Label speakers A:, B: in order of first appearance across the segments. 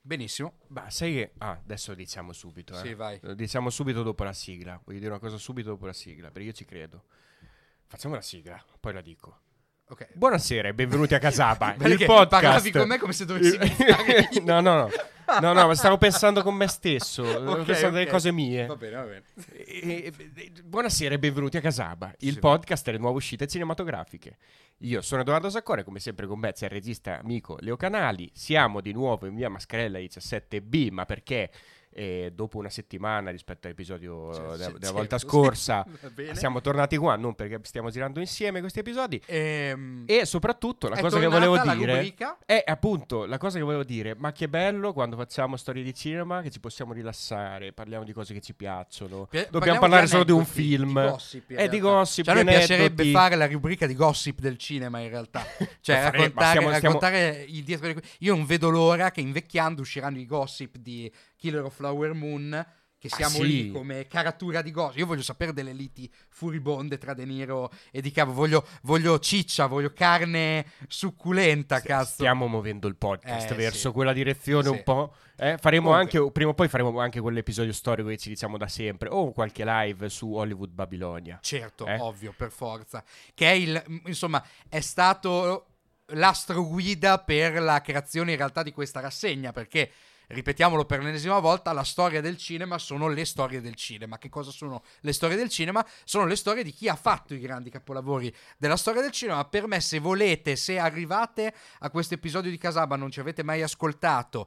A: Benissimo.
B: Ma sai che... adesso lo diciamo subito.
A: Sì, vai.
B: Lo diciamo subito dopo la sigla. Voglio dire una cosa subito dopo la sigla, perché io ci credo. Facciamo la sigla, poi la dico.
A: Ok.
B: Buonasera e benvenuti a Casaba, il
A: Perché
B: podcast.
A: parlavi con me come se dovessi iniziare io.
B: No, ma stavo pensando con me stesso. Stavo pensando delle
A: ok.
B: cose mie.
A: Va bene.
B: Buonasera e benvenuti a Casaba, il
A: Sì.
B: podcast delle nuove uscite cinematografiche. Io sono Edoardo Saccore, come sempre con me c'è il regista amico Leo Canali. Siamo di nuovo in via Mascarella 17B, ma perché dopo una settimana rispetto all'episodio della volta scorsa
A: Va bene.
B: siamo tornati qua, non perché stiamo girando insieme questi episodi.
A: E
B: E soprattutto la
A: è
B: cosa che
A: tornata
B: volevo
A: la
B: dire
A: rubrica.
B: è appunto la cosa che volevo dire, ma che bello quando facciamo storie di cinema che ci possiamo rilassare, parliamo di cose che ci piacciono. Dobbiamo parlare solo di un film.
A: Di gossip, in
B: Di
A: realtà.
B: gossip,
A: Cioè, a
B: di
A: noi piacerebbe
B: aneddoti.
A: fare la rubrica di gossip del cinema, in realtà. Cioè,
B: Ma stiamo-
A: raccontare il dietro di... Io non vedo l'ora che invecchiando usciranno i gossip di Killer of Flower Moon, che siamo
B: sì.
A: lì come caratura di gossip. Io voglio sapere delle liti furibonde tra De Niro e DiCaprio. Voglio ciccia, voglio carne succulenta, cazzo.
B: Stiamo muovendo il podcast verso
A: sì.
B: quella direzione
A: Sì.
B: un po'. Faremo
A: Comunque.
B: anche, prima o poi faremo anche quell'episodio storico che ci diciamo da sempre, o qualche live su Hollywood Babilonia.
A: Certo,
B: Eh?
A: ovvio, per forza. Che è insomma, è stato l'astro guida per la creazione in realtà di questa rassegna, perché, ripetiamolo per l'ennesima volta, la storia del cinema sono le storie del cinema. Che cosa sono le storie del cinema? Sono le storie di chi ha fatto i grandi capolavori della storia del cinema. Per me, se volete, se arrivate a questo episodio di Casaba, non ci avete mai ascoltato,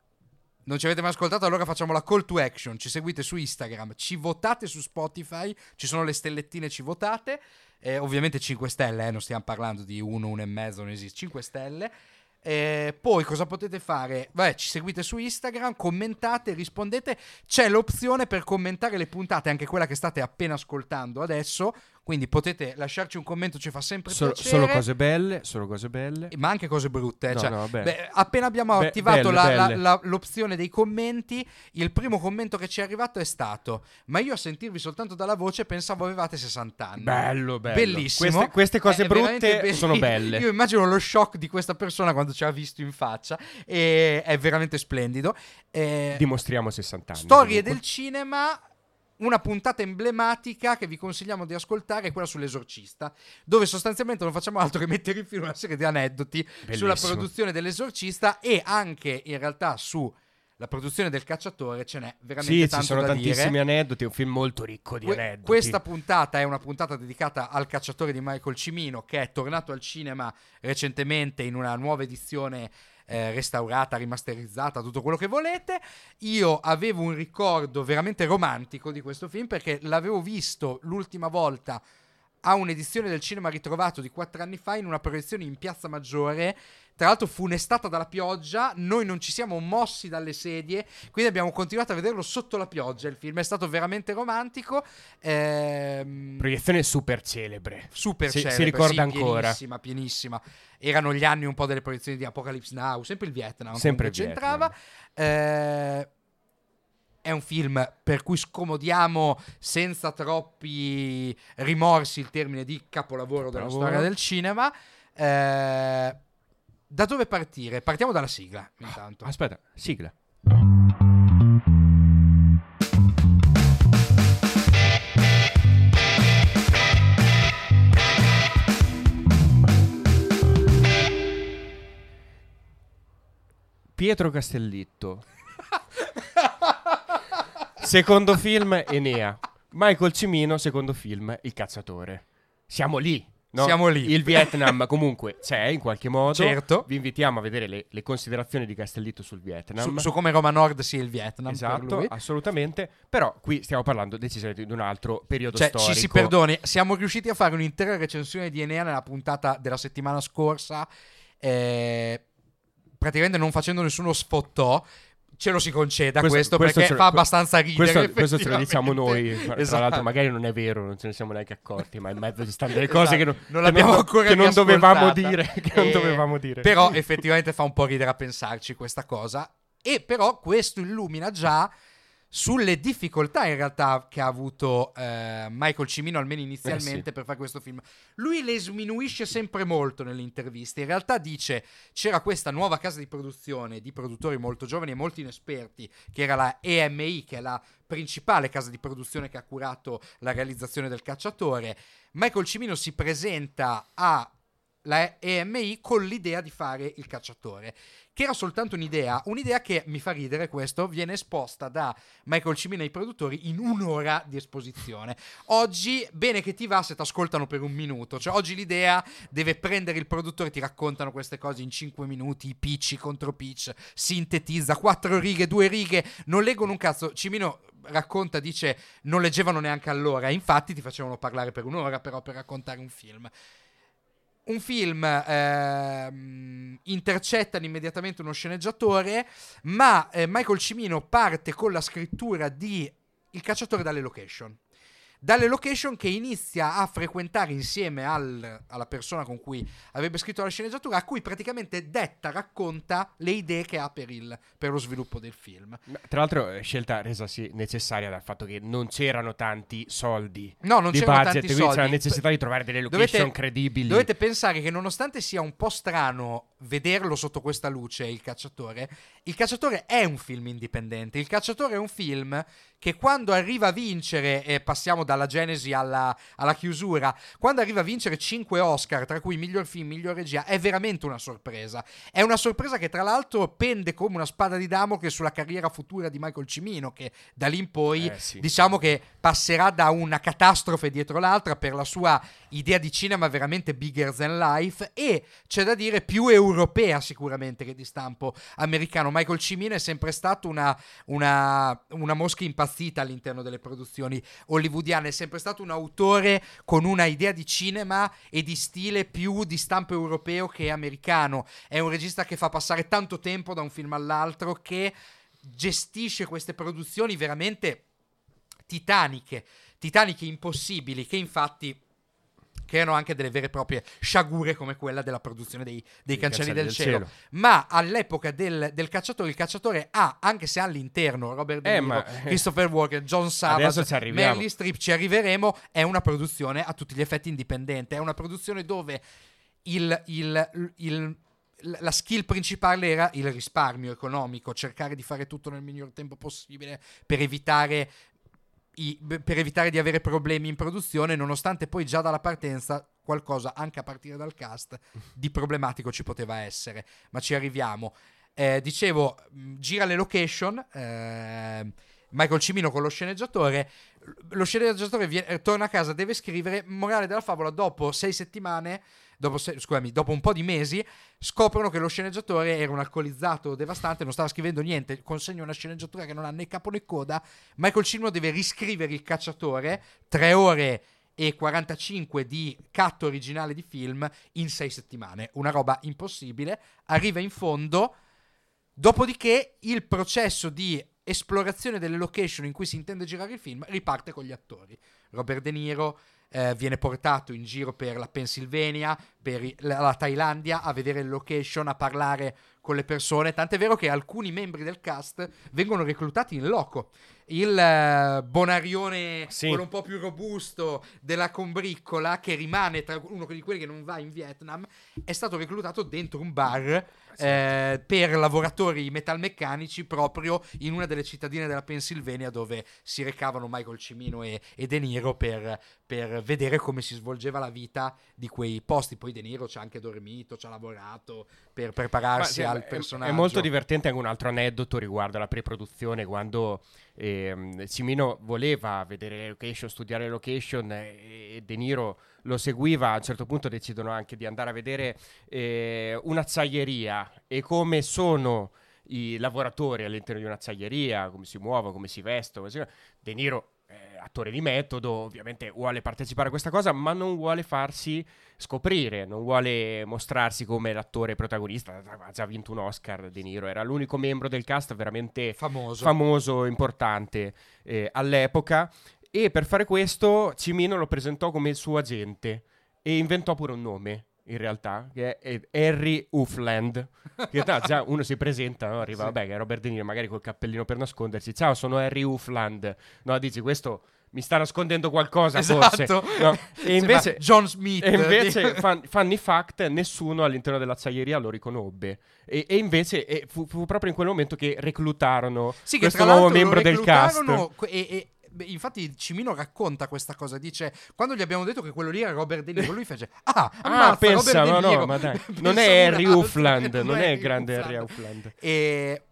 A: allora facciamo la call to action. Ci seguite su Instagram, ci votate su Spotify, ci sono le stellettine, ci votate. Ovviamente 5 stelle, non stiamo parlando di 1,5, non esiste, 5 stelle. Poi cosa potete fare? Ci seguite su Instagram, commentate, rispondete. C'è l'opzione per commentare le puntate, anche quella che state appena ascoltando adesso. Quindi potete lasciarci un commento, ci fa sempre piacere.
B: Solo cose belle.
A: Ma anche cose brutte.
B: No, beh.
A: Appena abbiamo attivato
B: belle.
A: l'opzione dei commenti, il primo commento che ci è arrivato è stato: ma io a sentirvi soltanto dalla voce pensavo avevate 60 anni.
B: Bello.
A: Bellissimo.
B: Queste cose
A: È veramente
B: brutte sono belle.
A: Io immagino lo shock di questa persona quando ci ha visto in faccia. E è veramente splendido.
B: Dimostriamo 60 anni.
A: Storie
B: comunque.
A: del cinema. Una puntata emblematica che vi consigliamo di ascoltare è quella sull'Esorcista, dove sostanzialmente non facciamo altro che mettere in filo una serie di aneddoti sulla produzione dell'Esorcista, e anche in realtà su la produzione del Cacciatore ce n'è veramente tanto
B: ci sono
A: da
B: tantissimi
A: dire.
B: aneddoti, è un film molto ricco di aneddoti.
A: Questa puntata è una puntata dedicata al Cacciatore di Michael Cimino, che è tornato al cinema recentemente in una nuova edizione restaurata, rimasterizzata, tutto quello che volete. Io avevo un ricordo veramente romantico di questo film, perché l'avevo visto l'ultima volta a un'edizione del Cinema Ritrovato di 4 anni fa, in una proiezione in Piazza Maggiore, tra l'altro funestata dalla pioggia. Noi non ci siamo mossi dalle sedie, quindi abbiamo continuato a vederlo sotto la pioggia. Il film è stato veramente romantico.
B: Proiezione super celebre.
A: Celebre,
B: si ricorda ancora.
A: Pienissima. Erano gli anni un po' delle proiezioni di Apocalypse Now, sempre il Vietnam,
B: Sempre il
A: c'entrava. È un film per cui scomodiamo senza troppi rimorsi il termine di capolavoro della storia del cinema. Da dove partire? Partiamo dalla sigla, intanto.
B: Aspetta, sigla. Pietro Castellitto. Secondo film Enea. Michael Cimino, secondo film Il Cacciatore. Siamo lì. No?
A: Siamo lì.
B: Il Vietnam comunque c'è in qualche modo.
A: Certo.
B: Vi invitiamo a vedere le considerazioni di Castellitto sul Vietnam.
A: Su come Roma Nord sia il Vietnam.
B: Esatto,
A: per lui.
B: assolutamente. Però qui stiamo parlando decisamente di un altro periodo
A: Cioè,
B: storico.
A: ci si perdoni, siamo riusciti a fare un'intera recensione di Enea nella puntata della settimana scorsa, praticamente non facendo nessuno sfottò. Ce lo si conceda questo perché fa abbastanza ridere.
B: Questo ce lo diciamo noi.
A: Esatto.
B: Tra l'altro, magari non è vero, non ce ne siamo neanche accorti. Ma in mezzo ci stanno delle cose che
A: non l'abbiamo ancora
B: che non dovevamo
A: ascoltata.
B: dire. Che non dovevamo dire.
A: Però effettivamente fa un po' ridere a pensarci questa cosa. E però questo illumina già sulle difficoltà in realtà che ha avuto Michael Cimino, almeno inizialmente, per fare questo film. Lui le sminuisce sempre molto nelle interviste. In realtà dice: c'era questa nuova casa di produzione di produttori molto giovani e molto inesperti, che era la EMI, che è la principale casa di produzione che ha curato la realizzazione del Cacciatore. Michael Cimino si presenta alla EMI con l'idea di fare il Cacciatore, che era soltanto un'idea che, mi fa ridere questo, viene esposta da Michael Cimino ai produttori in 1 ora di esposizione. Oggi, bene che ti va se ti ascoltano per 1 minuto, cioè oggi l'idea deve prendere il produttore, ti raccontano queste cose in 5 minuti, i pitch, contro pitch, sintetizza, 4 righe, 2 righe, non leggono un cazzo. Cimino racconta, dice, non leggevano neanche all'ora, infatti ti facevano parlare per 1 ora però per raccontare un film. Un film intercettano immediatamente uno sceneggiatore, ma Michael Cimino parte con la scrittura di Il Cacciatore dalle location che inizia a frequentare insieme alla persona con cui avrebbe scritto la sceneggiatura, a cui praticamente racconta le idee che ha per lo sviluppo del film.
B: Tra l'altro scelta resasi necessaria dal fatto che non c'erano tanti soldi.
A: No, non
B: di
A: c'erano
B: budget,
A: tanti
B: quindi
A: soldi.
B: c'era la necessità di trovare delle location credibili.
A: Dovete pensare che nonostante sia un po' strano vederlo sotto questa luce, Il Cacciatore è un film indipendente. Il Cacciatore è un film che quando arriva a vincere, e passiamo dalla genesi alla chiusura, quando arriva a vincere 5 Oscar, tra cui miglior film, miglior regia, è veramente una sorpresa. È una sorpresa che tra l'altro pende come una spada di Damocle sulla carriera futura di Michael Cimino, che da lì in poi diciamo che passerà da una catastrofe dietro l'altra per la sua idea di cinema veramente bigger than life, e c'è da dire più europea sicuramente che di stampo americano. Michael Cimino è sempre stato una mosca impazzita all'interno delle produzioni hollywoodiane, è sempre stato un autore con una idea di cinema e di stile più di stampo europeo che americano. È un regista che fa passare tanto tempo da un film all'altro, che gestisce queste produzioni veramente titaniche, impossibili, che infatti creano anche delle vere e proprie sciagure come quella della produzione dei Cancelli del cielo. Ma all'epoca del Cacciatore, il Cacciatore ha, anche se all'interno Robert De Niro, Christopher Walken, John Savage, Meryl Streep, ci arriveremo, è una produzione a tutti gli effetti indipendente, è una produzione dove la skill principale era il risparmio economico, cercare di fare tutto nel miglior tempo possibile per evitare di avere problemi in produzione, nonostante poi già dalla partenza qualcosa, anche a partire dal cast, di problematico ci poteva essere, ma ci arriviamo. Dicevo, gira le location, Michael Cimino con lo sceneggiatore torna a casa, deve scrivere. Morale della favola: dopo 6 settimane, dopo un po' di mesi, scoprono che lo sceneggiatore era un alcolizzato devastante, non stava scrivendo niente, consegna una sceneggiatura che non ha né capo né coda. Michael Cimino deve riscrivere Il Cacciatore, 3 ore e 45 di cut originale di film in 6 settimane, una roba impossibile. Arriva in fondo, dopodiché il processo di esplorazione delle location in cui si intende girare il film riparte con gli attori. Robert De Niro viene portato in giro per la Pennsylvania, per la Thailandia, a vedere le location, a parlare con le persone, tant'è vero che alcuni membri del cast vengono reclutati in loco. Il bonarione, quello un po' più robusto della combriccola, che rimane tra uno di quelli che non va in Vietnam, è stato reclutato dentro un bar per lavoratori metalmeccanici proprio in una delle cittadine della Pennsylvania, dove si recavano Michael Cimino e De Niro per vedere come si svolgeva la vita di quei posti. Poi De Niro ci ha anche dormito, ci ha lavorato per prepararsi al personaggio.
B: È molto divertente anche un altro aneddoto riguardo alla pre-produzione, quando Cimino voleva vedere le location, studiare le location, e De Niro lo seguiva. A un certo punto decidono anche di andare a vedere un'acciaieria e come sono i lavoratori all'interno di un'acciaieria, come si muovono, come si vestono. De Niro, attore di metodo, ovviamente vuole partecipare a questa cosa, ma non vuole farsi scoprire, non vuole mostrarsi come l'attore protagonista. Ha già vinto un Oscar De Niro, era l'unico membro del cast veramente famoso, importante all'epoca, e per fare questo Cimino lo presentò come il suo agente e inventò pure un nome. in realtà, che è Harry Ufland. In realtà già uno si presenta, no? Arriva,
A: Sì.
B: vabbè, che è Robert De Niro, magari col cappellino per nascondersi. Ciao, sono Harry Ufland. No, dici, questo mi sta nascondendo qualcosa, forse.
A: Esatto.
B: No? E invece,
A: John Smith.
B: funny fact, nessuno all'interno dell'acciaieria lo riconobbe. E invece fu proprio in quel momento che reclutarono
A: Sì, che
B: questo
A: tra
B: nuovo
A: l'altro
B: membro
A: lo
B: del cast.
A: reclutarono beh, infatti Cimino racconta questa cosa, dice quando gli abbiamo detto che quello lì era Robert De Niro, lui fece ammazza,
B: pensa,
A: Robert De Niro.
B: no, ma dai,
A: Pensa
B: non è
A: un
B: Harry
A: altro,
B: Ufland, non è il
A: Harry
B: grande
A: Ufland.
B: Harry Ufland.
A: E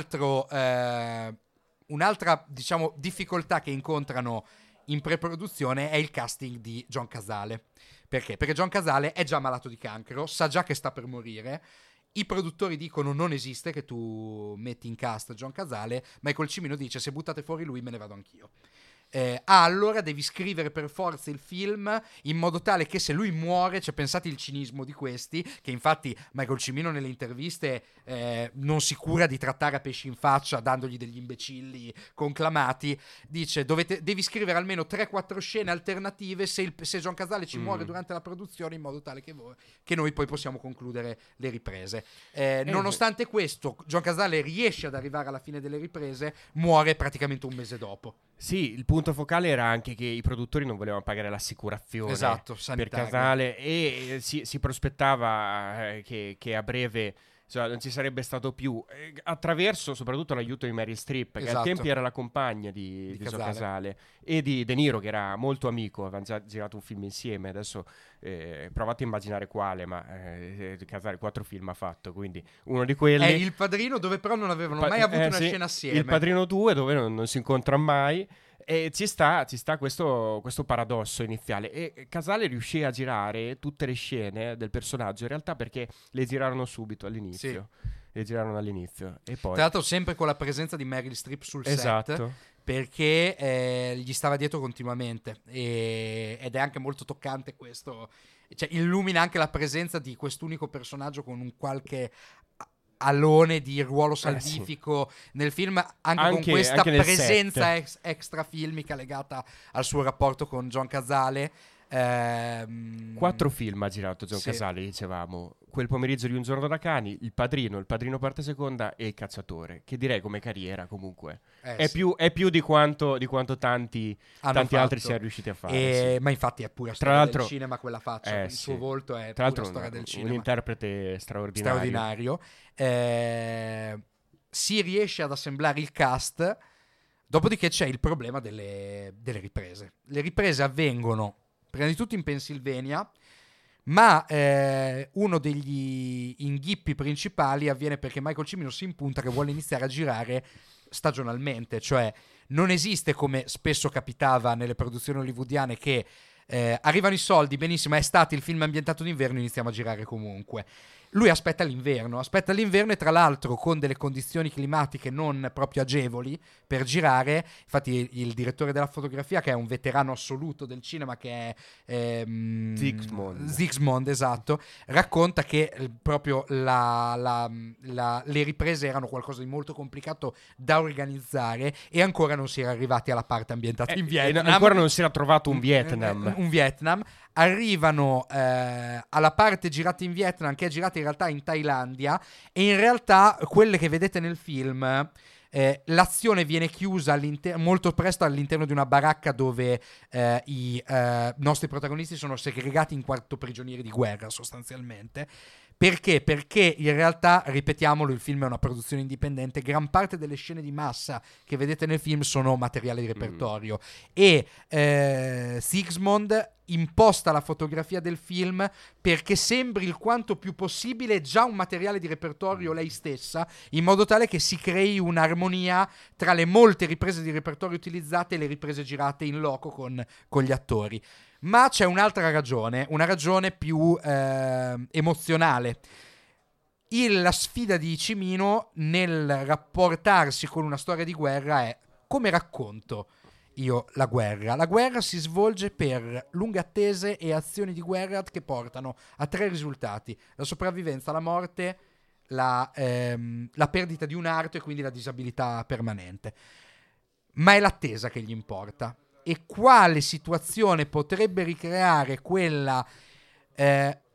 A: un'altra, diciamo, difficoltà che incontrano in pre-produzione è il casting di John Cazale. Perché? Perché John Cazale è già malato di cancro, sa già che sta per morire. I produttori dicono non esiste che tu metti in cast John Cazale. Michael Cimino dice se buttate fuori lui me ne vado anch'io. Allora devi scrivere per forza il film in modo tale che se lui muore, cioè pensate il cinismo di questi, che infatti Michael Cimino nelle interviste non si cura di trattare a pesci in faccia dandogli degli imbecilli conclamati, dice devi scrivere almeno 3-4 scene alternative se John Cazale ci muore durante la produzione, in modo tale che noi poi possiamo concludere le riprese. Nonostante questo, John Cazale riesce ad arrivare alla fine delle riprese, muore praticamente un mese dopo.
B: Sì, il punto focale era anche che i produttori non volevano pagare l'assicurazione
A: Esatto,
B: per
A: sanitaria.
B: Casale e si prospettava che a breve non ci sarebbe stato più, attraverso soprattutto l'aiuto di Meryl Streep, che ai
A: Esatto.
B: tempi era la compagna di John Cazale, e di De Niro, che era molto amico, avevano già girato un film insieme. Adesso provate a immaginare quale, ma Cazale 4 film ha fatto, quindi uno di quelli
A: è Il Padrino, dove però non avevano mai avuto una scena assieme.
B: Il Padrino 2, dove non si incontra mai. E ci sta questo paradosso iniziale. E Casale riuscì a girare tutte le scene del personaggio, in realtà, perché le girarono subito all'inizio.
A: Sì.
B: Le girarono all'inizio. E poi...
A: Tra l'altro sempre con la presenza di Meryl Streep sul set, perché gli stava dietro continuamente. Ed è anche molto toccante questo. Cioè, illumina anche la presenza di quest'unico personaggio con un qualche alone di ruolo salvifico nel film, anche con questa presenza extra filmica legata al suo rapporto con John Cazale.
B: 4 film ha girato John Cazale, dicevamo. Quel pomeriggio di Un giorno da cani, Il Padrino parte seconda e Il Cacciatore, che direi come carriera comunque è più di quanto tanti altri siano riusciti a fare.
A: Ma infatti è pura storia del cinema quella faccia, il suo volto è
B: tra
A: pura storia del cinema.
B: Un interprete straordinario.
A: Si riesce ad assemblare il cast, dopodiché c'è il problema delle riprese. Le riprese avvengono prima di tutto in Pennsylvania, ma uno degli inghippi principali avviene perché Michael Cimino si impunta che vuole iniziare a girare stagionalmente, cioè non esiste, come spesso capitava nelle produzioni hollywoodiane, che arrivano i soldi, benissimo, è estate, il film è ambientato d'inverno, iniziamo a girare comunque. Lui aspetta l'inverno e tra l'altro con delle condizioni climatiche non proprio agevoli per girare. Infatti il direttore della fotografia, che è un veterano assoluto del cinema, che è Sigismond, esatto, racconta che proprio le riprese erano qualcosa di molto complicato da organizzare e ancora non si era arrivati alla parte ambientata in Vietnam.
B: Ancora non si era trovato un Vietnam.
A: Arrivano alla parte girata in Vietnam, che è girata in realtà in Thailandia, e in realtà quelle che vedete nel film, l'azione viene chiusa molto presto all'interno di una baracca dove i nostri protagonisti sono segregati in quanto prigionieri di guerra, sostanzialmente. Perché? Perché in realtà, ripetiamolo, il film è una produzione indipendente, gran parte delle scene di massa che vedete nel film sono materiale di repertorio e Sigismond imposta la fotografia del film perché sembri il quanto più possibile già un materiale di repertorio lei stessa, in modo tale che si crei un'armonia tra le molte riprese di repertorio utilizzate e le riprese girate in loco con gli attori. Ma c'è un'altra ragione, una ragione più emozionale. La sfida di Cimino nel rapportarsi con una storia di guerra è: come racconto io la guerra? La guerra si svolge per lunghe attese e azioni di guerra che portano a 3 risultati: la sopravvivenza, la morte, la perdita di un arto e quindi la disabilità permanente. Ma è l'attesa che gli importa. E quale situazione potrebbe ricreare quella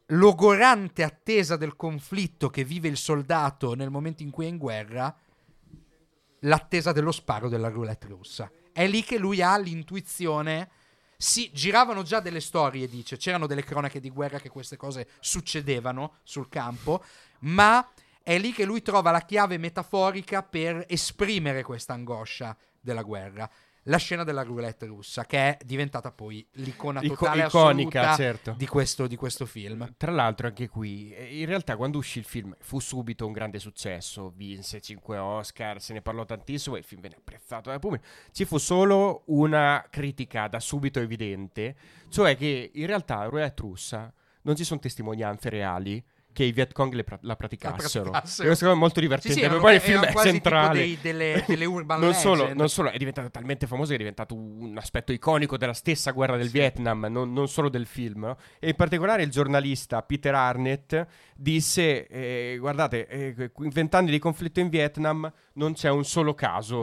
A: logorante attesa del conflitto che vive il soldato nel momento in cui è in guerra, l'attesa dello sparo della roulette russa. È lì che lui ha l'intuizione. Sì, giravano già delle storie, dice, c'erano delle cronache di guerra che queste cose succedevano sul campo, ma è lì che lui trova la chiave metaforica per esprimere questa angoscia della guerra. La scena della roulette russa, che è diventata poi l'icona totale
B: iconica,
A: assoluta
B: certo.
A: di questo film.
B: Tra l'altro anche qui, in realtà quando uscì il film fu subito un grande successo, vinse 5 Oscar, se ne parlò tantissimo e il film venne apprezzato dal pubblico. Ci fu solo una critica da subito evidente, cioè che in realtà la roulette russa non ci sono testimonianze reali che i Viet Cong la praticassero. E questo è molto divertente.
A: Sì,
B: poi il film è
A: quasi
B: centrale.
A: Tipo delle urban
B: non
A: legend.
B: solo, è diventato talmente famoso che è diventato un aspetto iconico della stessa guerra del Vietnam, non solo del film. No? E in particolare il giornalista Peter Arnett disse: guardate, in 20 anni di conflitto in Vietnam non c'è un solo caso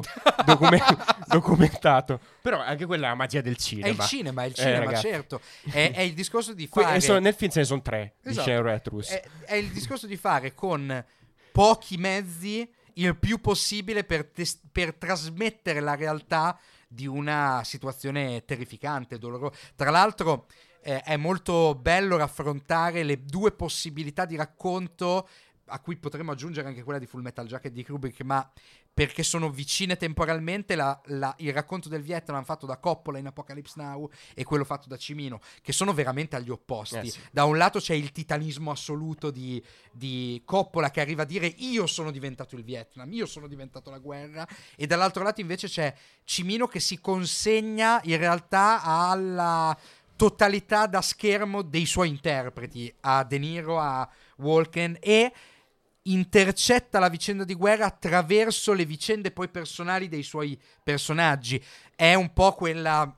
B: documentato. Però anche quella è la magia del cinema.
A: È il cinema, certo. È il discorso di fare...
B: nel film ce ne sono 3 di scene roulette russe.
A: È il discorso di fare con pochi mezzi il più possibile per trasmettere la realtà di una situazione terrificante, dolorosa. Tra l'altro è molto bello raffrontare le due possibilità di racconto, a cui potremmo aggiungere anche quella di Full Metal Jacket di Kubrick, ma perché sono vicine temporalmente, il racconto del Vietnam fatto da Coppola in Apocalypse Now e quello fatto da Cimino, che sono veramente agli opposti.
B: Sì.
A: Da un lato c'è il titanismo assoluto di Coppola, che arriva a dire: io sono diventato il Vietnam, io sono diventato la guerra, e dall'altro lato invece c'è Cimino che si consegna in realtà alla totalità da schermo dei suoi interpreti, a De Niro, a Walken, e intercetta la vicenda di guerra attraverso le vicende poi personali dei suoi personaggi. È un po' quella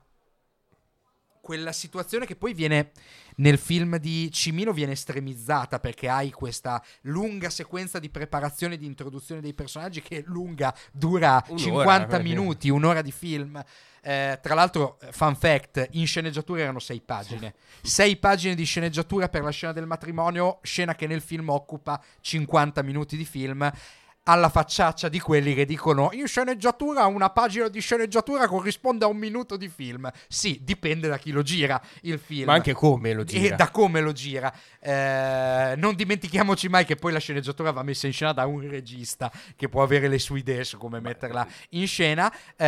A: situazione che poi viene nel film di Cimino viene estremizzata, perché hai questa lunga sequenza di preparazione e di introduzione dei personaggi che dura 50 minuti, un'ora di film. Tra l'altro, fun fact, in sceneggiatura erano 6 pagine. 6 pagine di sceneggiatura per la scena del matrimonio, scena che nel film occupa 50 minuti di film, alla facciaccia di quelli che dicono: in sceneggiatura una pagina di sceneggiatura corrisponde a un minuto di film. Sì, dipende da chi lo gira il film,
B: ma anche come lo gira,
A: e da come lo gira. Non dimentichiamoci mai che poi la sceneggiatura va messa in scena da un regista che può avere le sue idee su come metterla in scena.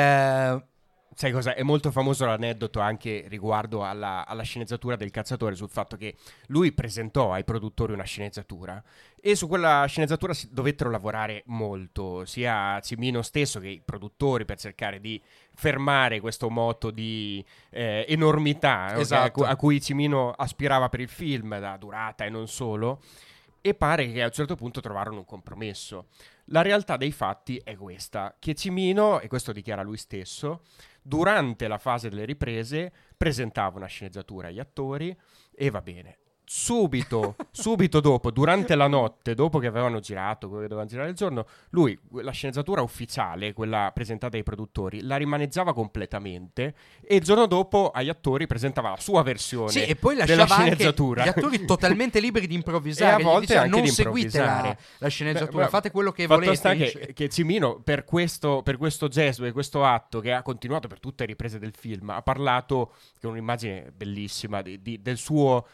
B: Sai cosa? È molto famoso l'aneddoto anche riguardo alla sceneggiatura del Cacciatore, sul fatto che lui presentò ai produttori una sceneggiatura e su quella sceneggiatura si dovettero lavorare molto, sia Cimino stesso che i produttori, per cercare di fermare questo moto di enormità,
A: esatto,
B: a cui Cimino aspirava per il film, da durata e non solo. E pare che a un certo punto trovarono un compromesso. La realtà dei fatti è questa, che Cimino, e questo dichiara lui stesso, durante la fase delle riprese presentava una sceneggiatura agli attori e va bene. Subito dopo, durante la notte, dopo che avevano girato quello che dovevano girare il giorno, lui, la sceneggiatura ufficiale, quella presentata ai produttori, la rimaneggiava completamente e il giorno dopo agli attori presentava la sua versione,
A: sì, e poi
B: della
A: lasciava
B: sceneggiatura.
A: Anche gli attori totalmente liberi di improvvisare.
B: E a volte
A: diceva:
B: anche
A: non
B: di
A: seguite la sceneggiatura,
B: Beh,
A: fate quello che
B: fatto
A: volete.
B: sta che Cimino per questo gesto e questo atto, che ha continuato per tutte le riprese del film, ha parlato, che è un'immagine bellissima del suo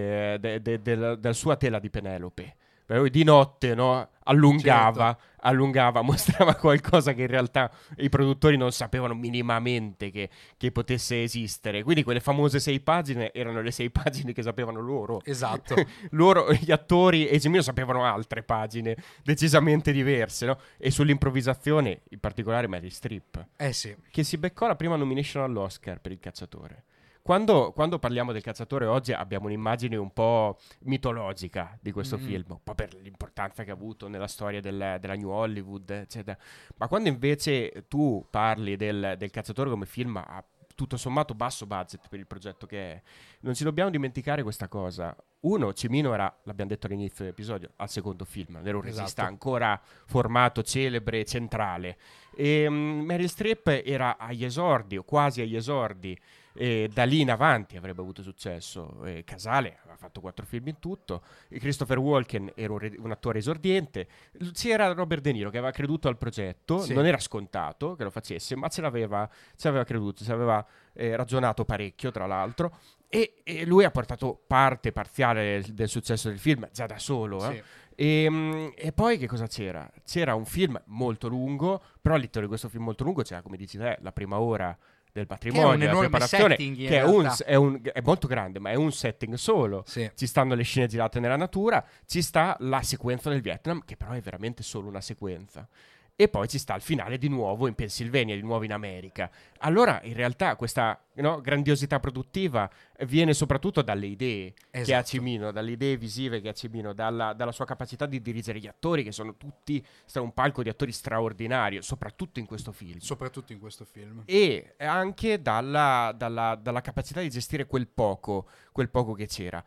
B: della sua tela di Penelope. Di notte, no? Allungava, mostrava qualcosa che in realtà i produttori non sapevano minimamente che potesse esistere. Quindi quelle famose 6 pagine erano le 6 pagine che sapevano loro.
A: Esatto.
B: Loro, gli attori e Cimino, sapevano altre pagine decisamente diverse, no? E sull'improvvisazione, in particolare Meryl Streep,
A: Sì,
B: che si beccò la prima nomination all'Oscar per Il Cacciatore. Quando parliamo del Cacciatore oggi abbiamo un'immagine un po' mitologica di questo film, un po' per l'importanza che ha avuto nella storia della New Hollywood, eccetera. Ma quando invece tu parli del Cacciatore come film a tutto sommato basso budget per il progetto che è, non ci dobbiamo dimenticare questa cosa. Uno, Cimino era, l'abbiamo detto all'inizio dell'episodio, al secondo film, era un regista ancora formato, celebre, centrale. E Meryl Streep era agli esordi, o quasi agli esordi. e da lì in avanti avrebbe avuto successo. Casale aveva fatto 4 film in tutto, e Christopher Walken era un attore esordiente, c'era Robert De Niro che aveva creduto al progetto,
A: Sì.
B: non era scontato che lo facesse, ma ci aveva creduto, ci aveva ragionato parecchio, tra l'altro, e lui ha portato parte parziale del successo del film già da solo.
A: Sì.
B: E poi che cosa c'era? C'era un film molto lungo, però all'interno di questo film molto lungo c'era, come dici te, la prima ora del matrimonio,
A: un
B: la
A: enorme
B: preparazione,
A: setting, in
B: che
A: realtà.
B: è molto grande, ma è un setting solo.
A: Sì.
B: Ci stanno le scene girate nella natura, ci sta la sequenza del Vietnam, che però è veramente solo una sequenza. E poi ci sta il finale di nuovo in Pennsylvania, di nuovo in America. Allora, in realtà, questa grandiosità produttiva viene soprattutto dalle idee che ha Cimino, dalle idee visive che ha Cimino, dalla sua capacità di dirigere gli attori, che sono tutti, sta un palco di attori straordinario, soprattutto in questo film.
A: Soprattutto in questo film.
B: E anche dalla capacità di gestire quel poco che c'era.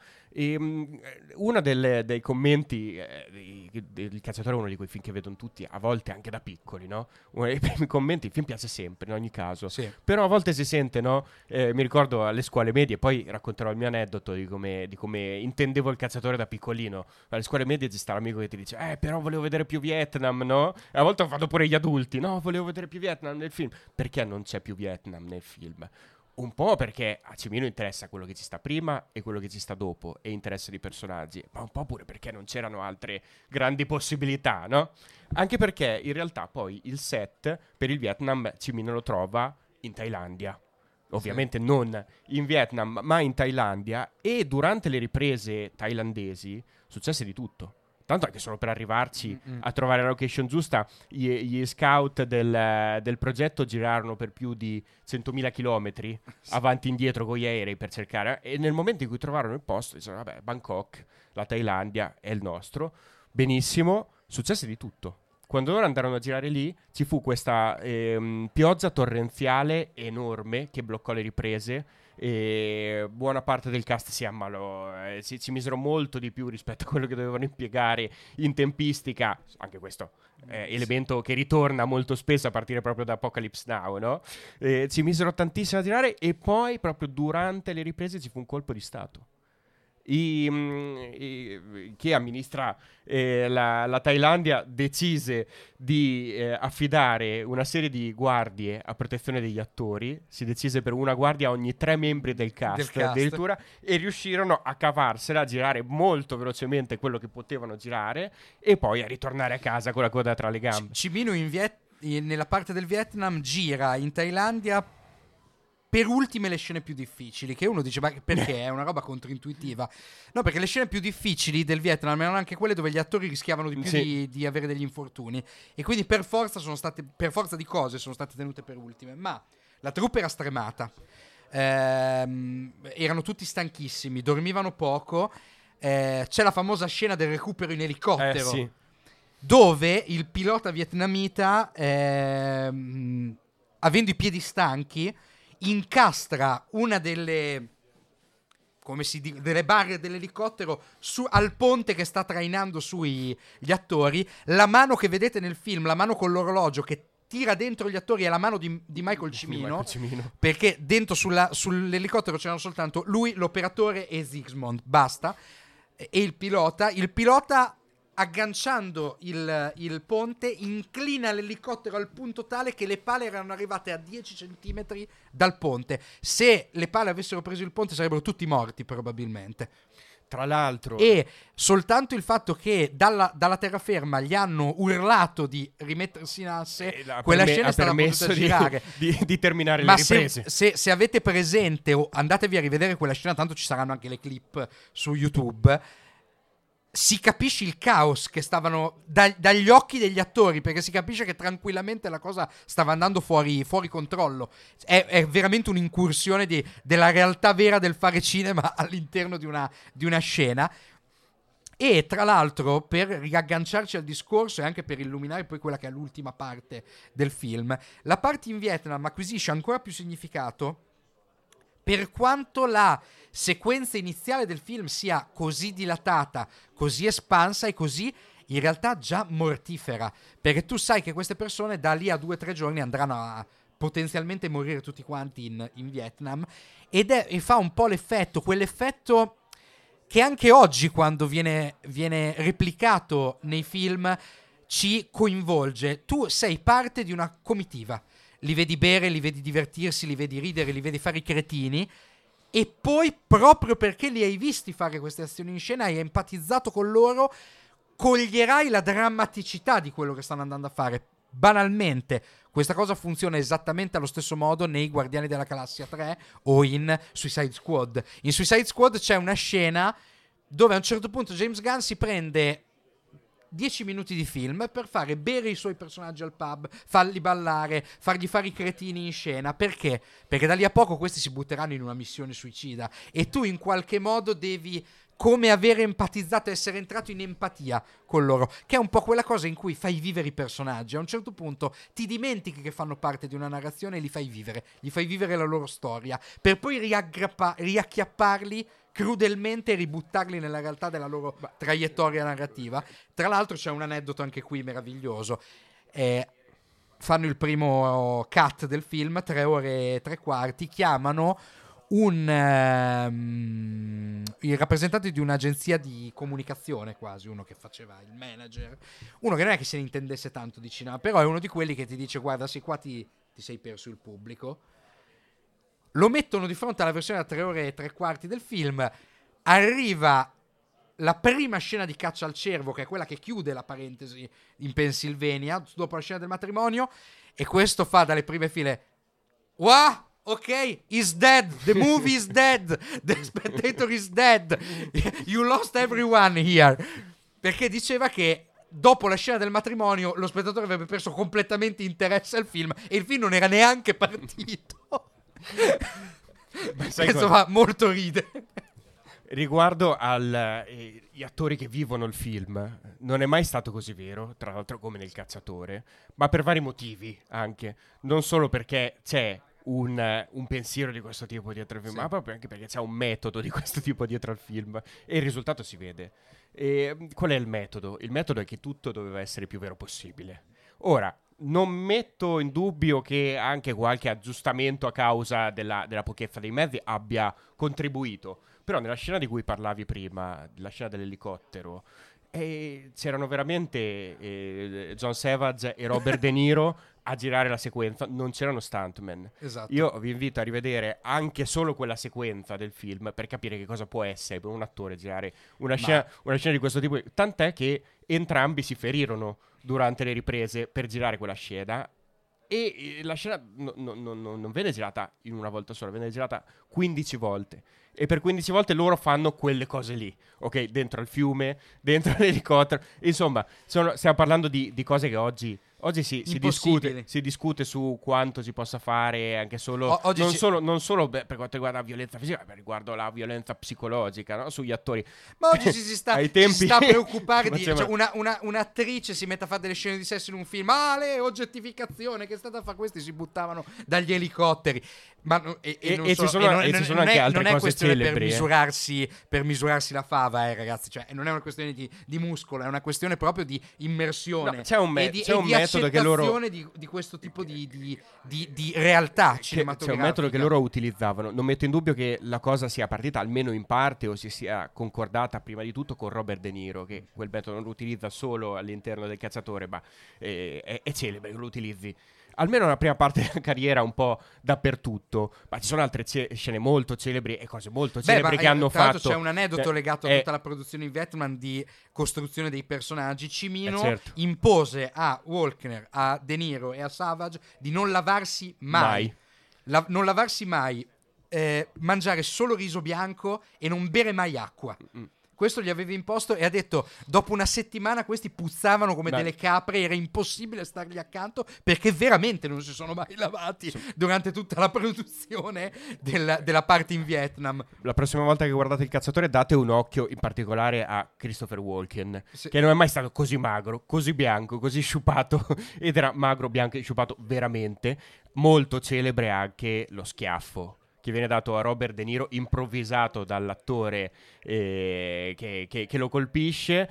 B: Uno dei commenti del Cacciatore è uno di quei film che vedono tutti, a volte anche da piccoli, no? Uno dei primi commenti, il film piace sempre, in ogni caso.
A: Sì.
B: Però a volte si sente, no? Mi ricordo alle scuole medie, poi racconterò il mio aneddoto di come intendevo il Cacciatore da piccolino. Alle scuole medie ci sta l'amico che ti dice però volevo vedere più Vietnam, no? E a volte ho fatto pure gli adulti, no? Volevo vedere più Vietnam nel film. Perché non c'è più Vietnam nel film? Un po' perché a Cimino interessa quello che ci sta prima e quello che ci sta dopo, e interessa i personaggi, ma un po' pure perché non c'erano altre grandi possibilità, no? Anche perché in realtà poi il set per il Vietnam Cimino lo trova in Thailandia. Ovviamente non in Vietnam, ma in Thailandia, e durante le riprese thailandesi successe di tutto. Tanto anche solo per arrivarci a trovare la location giusta, gli scout del progetto girarono per più di 100.000 chilometri avanti e indietro con gli aerei per cercare. E nel momento in cui trovarono il posto, dicevano: vabbè, Bangkok, la Thailandia è il nostro. Benissimo, successe di tutto. Quando loro andarono a girare lì, ci fu questa pioggia torrenziale enorme che bloccò le riprese, e buona parte del cast si ammalò, ci misero molto di più rispetto a quello che dovevano impiegare in tempistica. Anche questo elemento che ritorna molto spesso a partire proprio da Apocalypse Now, no? Ci misero tantissimo a girare, e poi proprio durante le riprese ci fu un colpo di stato. Chi amministra la Thailandia decise di affidare una serie di guardie a protezione degli attori. Si decise per una guardia a ogni 3 membri del cast addirittura, e riuscirono a cavarsela, a girare molto velocemente quello che potevano girare, e poi a ritornare a casa con la coda tra le gambe.
A: Cimino nella parte del Vietnam gira in Thailandia per ultime le scene più difficili, che uno dice: ma perché? È una roba controintuitiva. No, perché le scene più difficili del Vietnam erano anche quelle dove gli attori rischiavano di più di avere degli infortuni, e quindi per forza di cose sono state tenute per ultime. Ma la troupe era stremata, erano tutti stanchissimi, dormivano poco. C'è la famosa scena del recupero in elicottero, dove il pilota vietnamita, avendo i piedi stanchi, incastra una delle barre dell'elicottero al ponte che sta trainando sui gli attori. La mano che vedete nel film, la mano con l'orologio che tira dentro gli attori, è la mano di Michael Cimino, perché dentro sull'elicottero c'erano soltanto lui, l'operatore e Sigismund, basta, e il pilota agganciando il ponte inclina l'elicottero al punto tale che le pale erano arrivate a 10 centimetri dal ponte. Se le pale avessero preso il ponte sarebbero tutti morti probabilmente.
B: Tra l'altro,
A: e soltanto il fatto che dalla terraferma gli hanno urlato di rimettersi in asse, quella scena è stata potuta girare
B: di terminare le riprese.
A: Se avete presente, o andatevi a rivedere quella scena, tanto ci saranno anche le clip su YouTube, si capisce il caos che stavano dagli occhi degli attori, perché si capisce che tranquillamente la cosa stava andando fuori controllo. È veramente un'incursione della realtà vera del fare cinema all'interno di una scena. E tra l'altro, per riagganciarci al discorso e anche per illuminare poi quella che è l'ultima parte del film, la parte in Vietnam acquisisce ancora più significato per quanto la sequenza iniziale del film sia così dilatata, così espansa e così in realtà già mortifera, perché tu sai che queste persone da lì a 2 o 3 giorni andranno potenzialmente morire tutti quanti in Vietnam, e fa un po' quell'effetto che anche oggi, quando viene replicato nei film, ci coinvolge. Tu sei parte di una comitiva, li vedi bere, li vedi divertirsi, li vedi ridere, li vedi fare i cretini, e poi, proprio perché li hai visti fare queste azioni in scena, hai empatizzato con loro, coglierai la drammaticità di quello che stanno andando a fare. Banalmente, questa cosa funziona esattamente allo stesso modo nei Guardiani della Galassia 3 o in Suicide Squad. In Suicide Squad c'è una scena dove a un certo punto James Gunn si prende 10 minuti di film per fare bere i suoi personaggi al pub, farli ballare, fargli fare i cretini in scena. Perché? Perché da lì a poco questi si butteranno in una missione suicida, e tu in qualche modo devi, come avere empatizzato, essere entrato in empatia con loro, che è un po' quella cosa in cui fai vivere i personaggi. A un certo punto ti dimentichi che fanno parte di una narrazione e li fai vivere la loro storia, per poi riacchiapparli crudelmente e ributtarli nella realtà della loro traiettoria narrativa. Tra l'altro c'è un aneddoto anche qui meraviglioso. Fanno il primo cut del film, 3 ore e 3/4, chiamano il rappresentante di un'agenzia di comunicazione, quasi uno che faceva il manager, uno che non è che se ne intendesse tanto di cinema, però è uno di quelli che ti dice: guarda, sì, qua ti sei perso il pubblico. Lo mettono di fronte alla versione da 3 ore e 3/4 del film. Arriva la prima scena di Caccia al cervo, che è quella che chiude la parentesi in Pennsylvania, dopo la scena del matrimonio, e questo fa dalle prime file: wow, ok, he's dead, the movie is dead, the spectator is dead, you lost everyone here. Perché diceva che dopo la scena del matrimonio lo spettatore avrebbe perso completamente interesse al film, e il film non era neanche partito. Questo fa molto ridere.
B: Riguardo agli attori che vivono il film, non è mai stato così vero, tra l'altro, come nel Cacciatore, ma per vari motivi anche. Non solo perché c'è un pensiero di questo tipo dietro il film, ma proprio anche perché c'è un metodo di questo tipo dietro al film, e il risultato si vede. E qual è il metodo? Il metodo è che tutto doveva essere più vero possibile. Ora, non metto in dubbio che anche qualche aggiustamento a causa della pochezza dei mezzi abbia contribuito, però nella scena di cui parlavi prima, la scena dell'elicottero, c'erano veramente John Savage e Robert De Niro a girare la sequenza, non c'erano stuntman.
A: Esatto.
B: Io vi invito a rivedere anche solo quella sequenza del film per capire che cosa può essere per un attore girare una scena di questo tipo, tant'è che entrambi si ferirono durante le riprese per girare quella scena, e la scena non venne girata in una volta sola, venne girata 15 volte, e per 15 volte loro fanno quelle cose lì, ok? Dentro al fiume, dentro l'elicottero, insomma, stiamo parlando di cose che oggi si discute su quanto si possa fare, anche solo non solo per quanto riguarda la violenza fisica, ma riguardo la violenza psicologica, no? Sugli attori.
A: Ma oggi si sta a preoccupare di un'attrice si mette a fare delle scene di sesso in un film, le oggettificazione, che è stata a fare, questi si buttavano dagli elicotteri. Ma ci sono anche altre
B: cose
A: questione
B: celebri,
A: per misurarsi la fava, ragazzi, cioè non è una questione di muscolo, è una questione proprio di immersione.
B: No, c'è un metodo che loro
A: di questo tipo di realtà cinematografica.
B: C'è un metodo che loro utilizzavano. Non metto in dubbio che la cosa sia partita almeno in parte, o si sia concordata prima di tutto con Robert De Niro, che quel metodo non lo utilizza solo all'interno del Cacciatore, ma è celebre che lo utilizzi almeno nella prima parte della carriera un po' dappertutto. Ma ci sono altre scene molto celebri e cose molto celebri che hanno fatto.
A: C'è un aneddoto legato a tutta la produzione in Vietnam di costruzione dei personaggi. Cimino impose a Walkner, a De Niro e a Savage di non lavarsi mai. Non lavarsi mai, mangiare solo riso bianco e non bere mai acqua. Questo gli aveva imposto, e ha detto: dopo una settimana questi puzzavano come delle capre, era impossibile stargli accanto, perché veramente non si sono mai lavati durante tutta la produzione della parte in Vietnam.
B: La prossima volta che guardate Il Cacciatore, date un occhio in particolare a Christopher Walken, che non è mai stato così magro, così bianco, così sciupato, ed era magro, bianco e sciupato veramente. Molto celebre anche lo schiaffo che viene dato a Robert De Niro, improvvisato dall'attore che lo colpisce,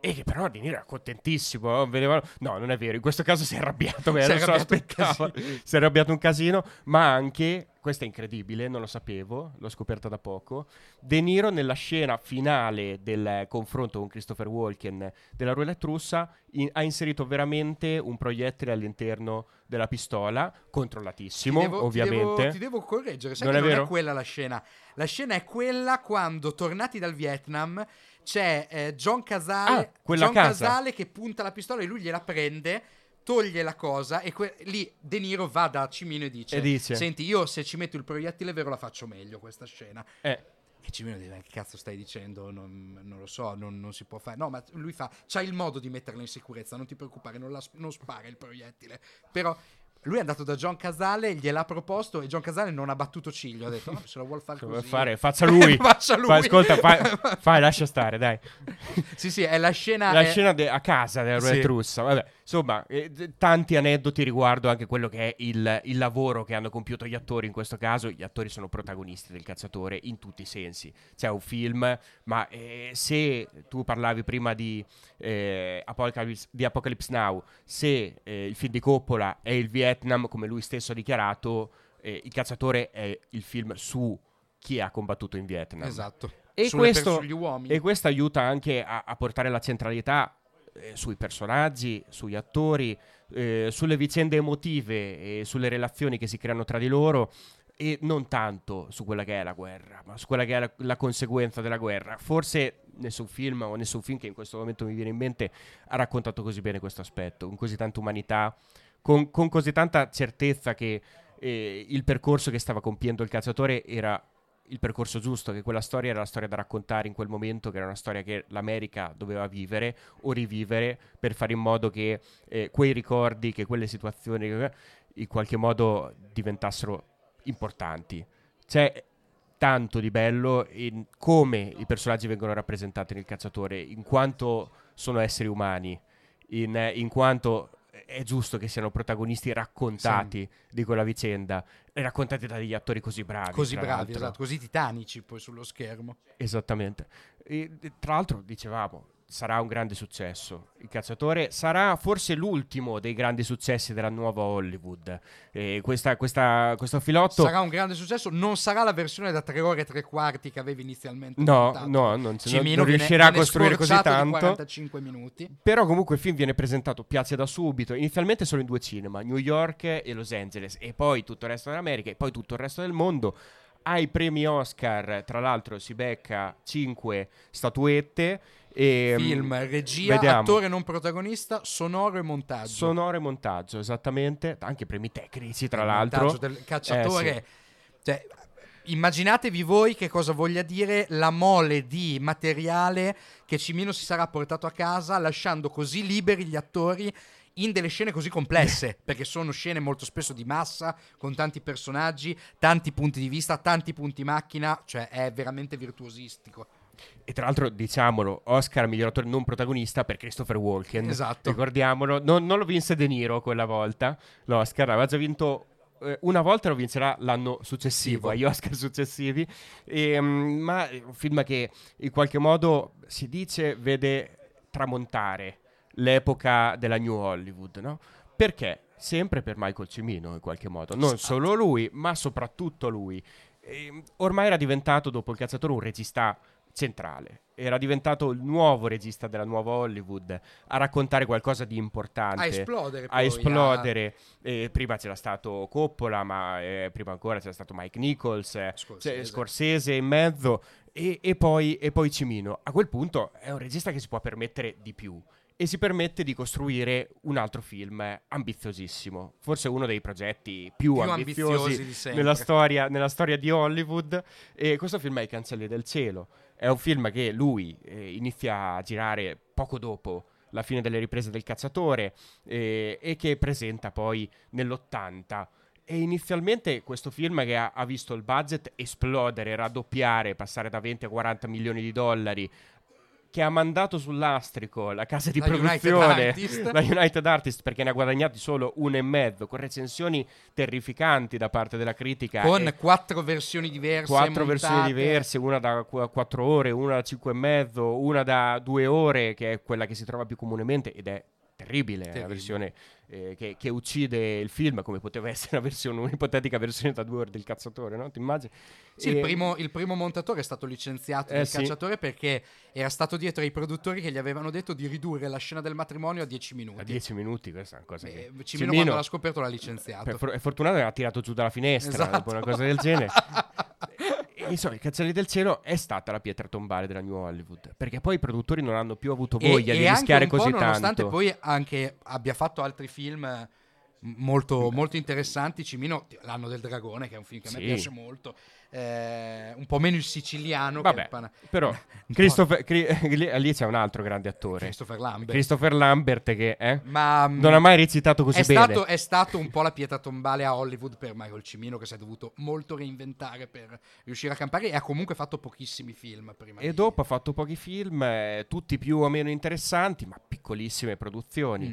B: E che però De Niro era contentissimo, no? No, non è vero, in questo caso si è arrabbiato,
A: Si è
B: non se lo
A: arrabbiato un
B: aspettava.
A: casino.
B: Si è arrabbiato un casino, ma anche, questo è incredibile, non lo sapevo, l'ho scoperta da poco, De Niro nella scena finale del confronto con Christopher Walken della roulette russa ha inserito veramente un proiettile all'interno della pistola, controllatissimo, ovviamente.
A: Ti devo correggere, sai
B: Non
A: che
B: è
A: non
B: vero?
A: è quella la scena. La scena è quella quando, tornati dal Vietnam, c'è John Casale,
B: quella casa.
A: Casale che punta la pistola e lui gliela prende, toglie la cosa e lì De Niro va da Cimino e dice: senti, io se ci metto il proiettile vero la faccio meglio questa scena. E Cimino dice: che cazzo stai dicendo? Non lo so, non si può fare. No, ma lui c'ha il modo di metterla in sicurezza, non ti preoccupare, non spara il proiettile. Però lui è andato da John Casale, gliel'ha proposto e John Casale non ha battuto ciglio, ha detto: no, se lo vuol fare così.
B: Faccia lui.
A: Faccia lui.
B: Ascolta, fai, lascia stare, dai.
A: Sì, è la scena.
B: A casa della roulette russa. Vabbè, insomma, tanti aneddoti riguardo anche quello che è il lavoro che hanno compiuto gli attori. In questo caso, gli attori sono protagonisti del Cacciatore in tutti i sensi. C'è un film, ma se tu parlavi prima di Apocalypse Now, se il film di Coppola è il Vietnam, come lui stesso ha dichiarato, Il Cacciatore è il film su chi ha combattuto in Vietnam.
A: Esatto.
B: E
A: sugli uomini.
B: E questo aiuta anche a portare la centralità sui personaggi, sugli attori, sulle vicende emotive e sulle relazioni che si creano tra di loro, e non tanto su quella che è la guerra, ma su quella che è la conseguenza della guerra. Forse nessun film che in questo momento mi viene in mente ha raccontato così bene questo aspetto, con così tanta umanità, con così tanta certezza che il percorso che stava compiendo il Cacciatore era il percorso giusto, che quella storia era la storia da raccontare in quel momento, che era una storia che l'America doveva vivere o rivivere per fare in modo che quei ricordi, che quelle situazioni in qualche modo diventassero importanti. C'è tanto di bello in come i personaggi vengono rappresentati nel Cacciatore, in quanto sono esseri umani, in quanto è giusto che siano protagonisti raccontati di quella vicenda, e raccontati da degli attori così bravi.
A: Esatto, così titanici poi sullo schermo.
B: Esattamente. E tra l'altro, dicevamo, sarà un grande successo. Il Cacciatore sarà forse l'ultimo dei grandi successi della nuova Hollywood. Questo filotto
A: sarà un grande successo. Non sarà la versione da 3 ore e 3/4 che avevi inizialmente
B: montato. Non riuscirà a costruire così tanto.
A: 45 minuti.
B: Però comunque il film viene presentato, piace da subito, inizialmente solo in 2 cinema, New York e Los Angeles, e poi tutto il resto dell'America, e poi tutto il resto del mondo. Ai premi Oscar, tra l'altro, si becca 5 statuette.
A: Film, regia, attore non protagonista, sonoro e montaggio.
B: Sonoro e montaggio, esattamente. Anche premi tecnici, tra l'altro.
A: Il del Cacciatore. Cioè, immaginatevi voi che cosa voglia dire la mole di materiale che Cimino si sarà portato a casa, lasciando così liberi gli attori in delle scene così complesse, perché sono scene molto spesso di massa, con tanti personaggi, tanti punti di vista, tanti punti macchina, cioè è veramente virtuosistico.
B: E tra l'altro, diciamolo, Oscar miglior attore non protagonista per Christopher Walken.
A: Esatto.
B: Ricordiamolo, non lo vinse De Niro quella volta, l'Oscar, aveva già vinto una volta, lo vincerà l'anno successivo, agli Oscar successivi, ma è un film che in qualche modo si dice vede tramontare l'epoca della New Hollywood, no? Perché? Sempre per Michael Cimino, in qualche modo. Non solo lui, ma soprattutto lui. Ormai era diventato, dopo Il Cacciatore, un regista centrale. Era diventato il nuovo regista della nuova Hollywood, a raccontare qualcosa di importante,
A: a esplodere.
B: Prima c'era stato Coppola, ma prima ancora c'era stato Mike Nichols, Scorsese in mezzo, e poi Cimino. A quel punto è un regista che si può permettere di più, e si permette di costruire un altro film ambiziosissimo, forse uno dei progetti più ambiziosi
A: di sempre
B: nella storia di Hollywood. E questo film è I Cancelli del Cielo. È un film che lui inizia a girare poco dopo la fine delle riprese del Cacciatore, e che presenta poi nell'80. E inizialmente questo film, che ha visto il budget esplodere, raddoppiare, passare da 20 a 40 milioni di dollari, che ha mandato sull'astrico la casa di
A: La
B: produzione,
A: United Artists.
B: la United Artists, perché ne ha guadagnati solo 1,5, con recensioni terrificanti da parte della critica.
A: Con 4 versioni diverse.
B: 4 versioni
A: montate.
B: diverse, una da 4 ore, una da 5,5, una da 2 ore, che è quella che si trova più comunemente, ed è terribile. È la versione che uccide il film, come poteva essere un'ipotetica versione da 2 ore del Cazzatore, no? Ti immagini?
A: Sì, il primo montatore è stato licenziato dal
B: sì.
A: Cacciatore perché era stato dietro ai produttori che gli avevano detto di ridurre la scena del matrimonio a 10 minuti.
B: A 10 minuti, questa è una cosa che...
A: Cimino quando l'ha scoperto l'ha licenziato.
B: È fortunato che l'ha tirato giù dalla finestra,
A: Esatto.
B: dopo una cosa del genere. Insomma, I Cancelli del Cielo è stata la pietra tombale della New Hollywood, perché poi i produttori non hanno più avuto voglia di rischiare così tanto.
A: Nonostante poi anche abbia fatto altri film molto, molto interessanti. Cimino, L'anno del dragone, che è un film che a me piace molto, un po' meno il siciliano.
B: Vabbè, però lì c'è un altro grande attore, Christopher Lambert, che non ha mai recitato così bene.
A: È stato un po' la pietra tombale a Hollywood per Michael Cimino, che si è dovuto molto reinventare per riuscire a campare, e ha comunque fatto pochissimi film prima.
B: E dopo ha fatto pochi film, tutti più o meno interessanti, ma piccolissime produzioni.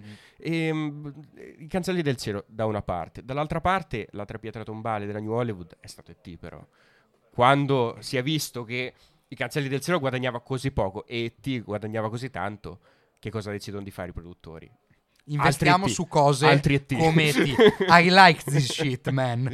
B: I Cancelli del Cielo da una parte, dall'altra parte l'altra pietra tombale della New Hollywood è stato E.T. però. Quando si è visto che I Cancelli del Cielo guadagnava così poco e E.T. guadagnava così tanto, che cosa decidono di fare i produttori?
A: Investiamo su cose come E.T. I like this shit, man.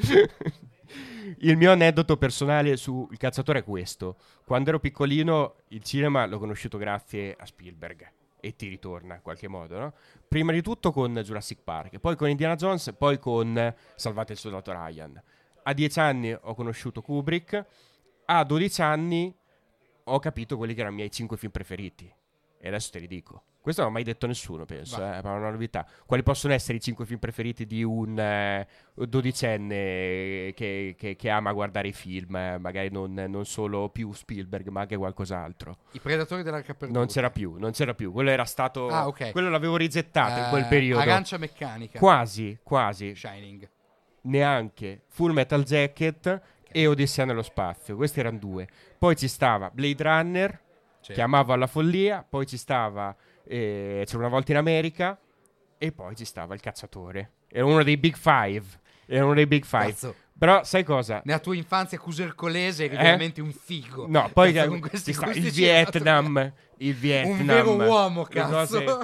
B: Il mio aneddoto personale su Il Cacciatore è questo: quando ero piccolino il cinema l'ho conosciuto grazie a Spielberg, e ti ritorna in qualche modo, no? Prima di tutto con Jurassic Park, poi con Indiana Jones, poi con Salvate il soldato Ryan. A 10 anni ho conosciuto Kubrick, a 12 anni ho capito quelli che erano i miei 5 film preferiti, e adesso te li dico. Questo non l'ha mai detto nessuno, penso, è una novità. Quali possono essere i 5 film preferiti di un dodicenne che ama guardare i film, magari non solo più Spielberg, ma anche qualcos'altro?
A: I Predatori dell'Arca Perduta.
B: Non c'era più. Quello era stato...
A: ok.
B: Quello l'avevo rigettato in quel periodo.
A: Arancia Meccanica.
B: Quasi.
A: Shining.
B: Neanche. Full Metal Jacket e Odissea nello spazio. Questi erano 2. Poi ci stava Blade Runner, che amavo alla follia. Poi ci stava C'era una volta in America, e poi ci stava Il Cacciatore. Era uno dei Big Five.
A: Cazzo.
B: Però sai cosa?
A: Nella tua infanzia cusercolese eri veramente un figo.
B: No, poi
A: ci sta
B: il Vietnam.
A: Un vero uomo, cazzo.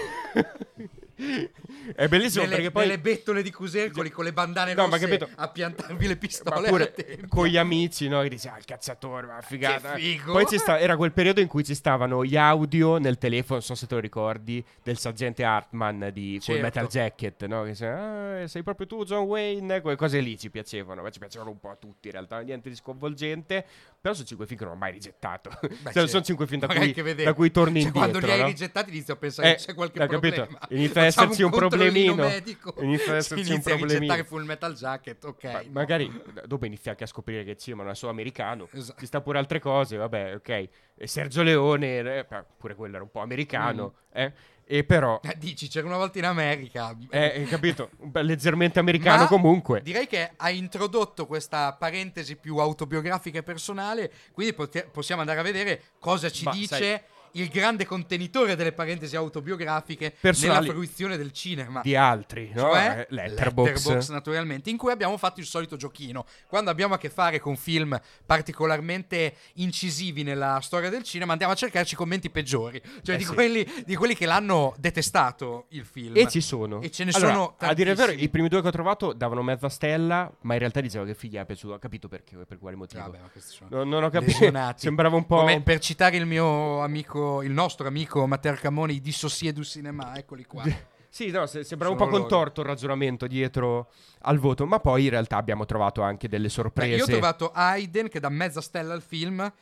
B: È bellissimo perché poi
A: delle bettole di Cusercoli con le bandane rosse a piantarvi le pistole,
B: ma pure con gli amici, no? Che dice il Cacciatore, ma figata.
A: Che figo.
B: Poi era quel periodo in cui ci stavano gli audio nel telefono, non so se te lo ricordi, del sergente Hartman di Full Metal Jacket, no? Che sei proprio tu, John Wayne. Quelle cose lì ci piacevano, ma ci piacevano un po' a tutti in realtà, niente di sconvolgente. Però sono 5 film che non ho mai rigettato. Sono 5 film da cui torni indietro,
A: quando li hai
B: no?
A: rigettati inizio a pensare che c'è qualche problema.
B: Inizia ad esserci un problemino.
A: Inizia a rigettare Full Metal Jacket, ok.
B: Magari dopo inizia anche a scoprire che il cinema non è solo americano,
A: esatto.
B: Ci sta pure altre cose, vabbè, ok. E Sergio Leone, pure quello era un po' americano, E però
A: dici, c'era una volta in America,
B: capito? Leggermente americano. Ma comunque
A: direi che ha introdotto questa parentesi più autobiografica e personale, quindi possiamo andare a vedere cosa ci dice il grande contenitore delle parentesi autobiografiche nella fruizione del cinema
B: di altri, no?
A: Cioè
B: Letterboxd,
A: naturalmente, in cui abbiamo fatto il solito giochino. Quando abbiamo a che fare con film particolarmente incisivi nella storia del cinema, andiamo a cercarci i commenti peggiori, cioè di quelli che l'hanno detestato il film,
B: e ci sono,
A: e ce ne sono tantissimi.
B: A dire il vero, i primi 2 che ho trovato davano mezza stella, ma in realtà diceva che figli è piaciuto. Ho capito perché, per quale motivo.
A: Vabbè, ma questi sono
B: non ho capito. Sembrava un po'
A: come, per citare il mio amico, il nostro amico Matteo Camoni, i dissossie du cinema, eccoli qua.
B: Sì, no, sembrava un po' contorto il ragionamento dietro al voto, ma poi in realtà abbiamo trovato anche delle sorprese.
A: Io ho trovato Hayden che dà mezza stella al film,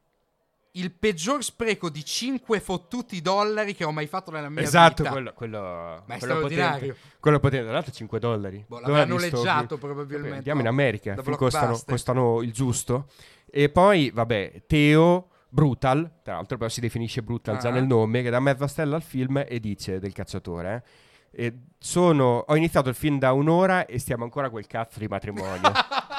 A: il peggior spreco di 5 fottuti $, che ho mai fatto nella mia vita.
B: Quello
A: è straordinario.
B: Quello potente, tra l'altro $5.
A: L'hanno leggiato probabilmente.
B: Andiamo in America, costano il giusto. E poi, vabbè, Teo Brutal, tra l'altro però si definisce Brutal già nel nome, che dà mezza stella al film e dice del Cacciatore, ho iniziato il film da 1 ora e stiamo ancora a quel cazzo di matrimonio.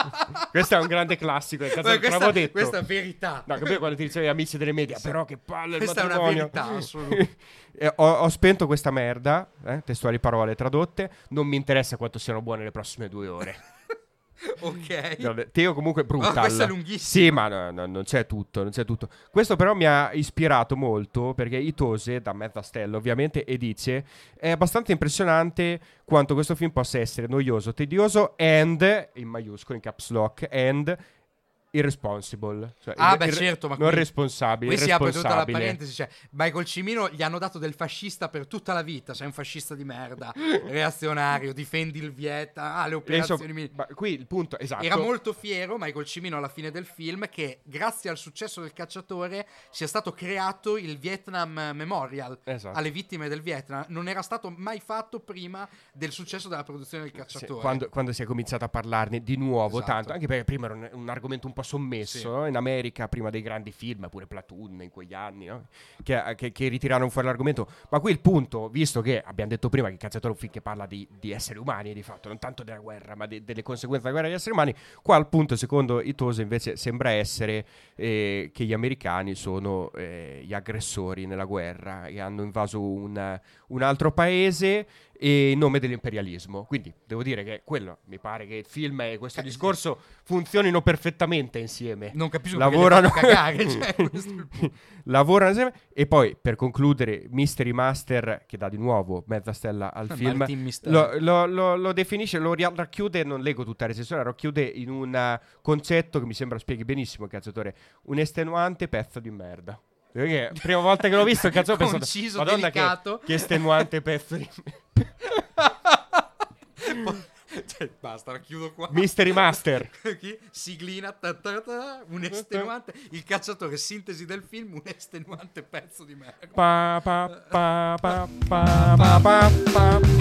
B: Questo è un grande classico. Detto.
A: Questa è verità.
B: No, capito quando ti dicevi amici delle media, però che palle il
A: questa
B: matrimonio.
A: Questa è una verità assoluta.
B: Ho spento questa merda, testuali parole tradotte, non mi interessa quanto siano buone le prossime 2 ore.
A: Ok.
B: No, Teo comunque brutal.
A: Questa è lunghissima.
B: Sì, ma no, non c'è tutto. Questo però mi ha ispirato molto perché Itose, da mezza stella ovviamente, e dice: è abbastanza impressionante quanto questo film possa essere noioso, tedioso and, in maiuscolo, in caps lock, and irresponsible, cioè
A: certo, ma
B: non
A: qui,
B: responsabile.
A: Qui si apre tutta la parentesi, cioè Michael Cimino gli hanno dato del fascista per tutta la vita, sei un fascista di merda, reazionario, difendi il Vietnam, le operazioni
B: qui il punto, esatto.
A: Era molto fiero Michael Cimino alla fine del film che grazie al successo del Cacciatore sia stato creato il Vietnam Memorial,
B: esatto,
A: alle vittime del Vietnam. Non era stato mai fatto prima del successo della produzione del Cacciatore.
B: Sì, quando si è cominciato a parlarne di nuovo,
A: esatto,
B: tanto, anche perché prima era un argomento un po' sommesso,
A: sì,
B: in America prima dei grandi film, pure Platoon in quegli anni, no? che ritirarono fuori l'argomento. Ma qui il punto, visto che abbiamo detto prima che il Cacciatore è un film che parla di esseri umani, di fatto non tanto della guerra ma delle conseguenze della guerra degli esseri umani, qua il punto secondo Itose invece sembra essere che gli americani sono gli aggressori nella guerra e hanno invaso un altro paese e in nome dell'imperialismo. Quindi devo dire che quello, mi pare che il film e questo discorso funzionino perfettamente insieme.
A: Non capisco
B: lavorano
A: perché cagare, cioè, questo è il punto.
B: Lavorano insieme. E poi per concludere, Mystery Master, che dà di nuovo mezza stella al film, lo definisce, lo racchiude, non leggo tutta la recensione, lo racchiude in un concetto che mi sembra spieghi benissimo il Cacciatore: un estenuante pezzo di merda. Perché prima volta che l'ho visto il cazzo ho pensato: Madonna, che estenuante pezzo di
A: cioè, basta, la chiudo qua.
B: Mystery Master.
A: Siglina, un estenuante. Il Cacciatore, sintesi del film, un estenuante pezzo di merda.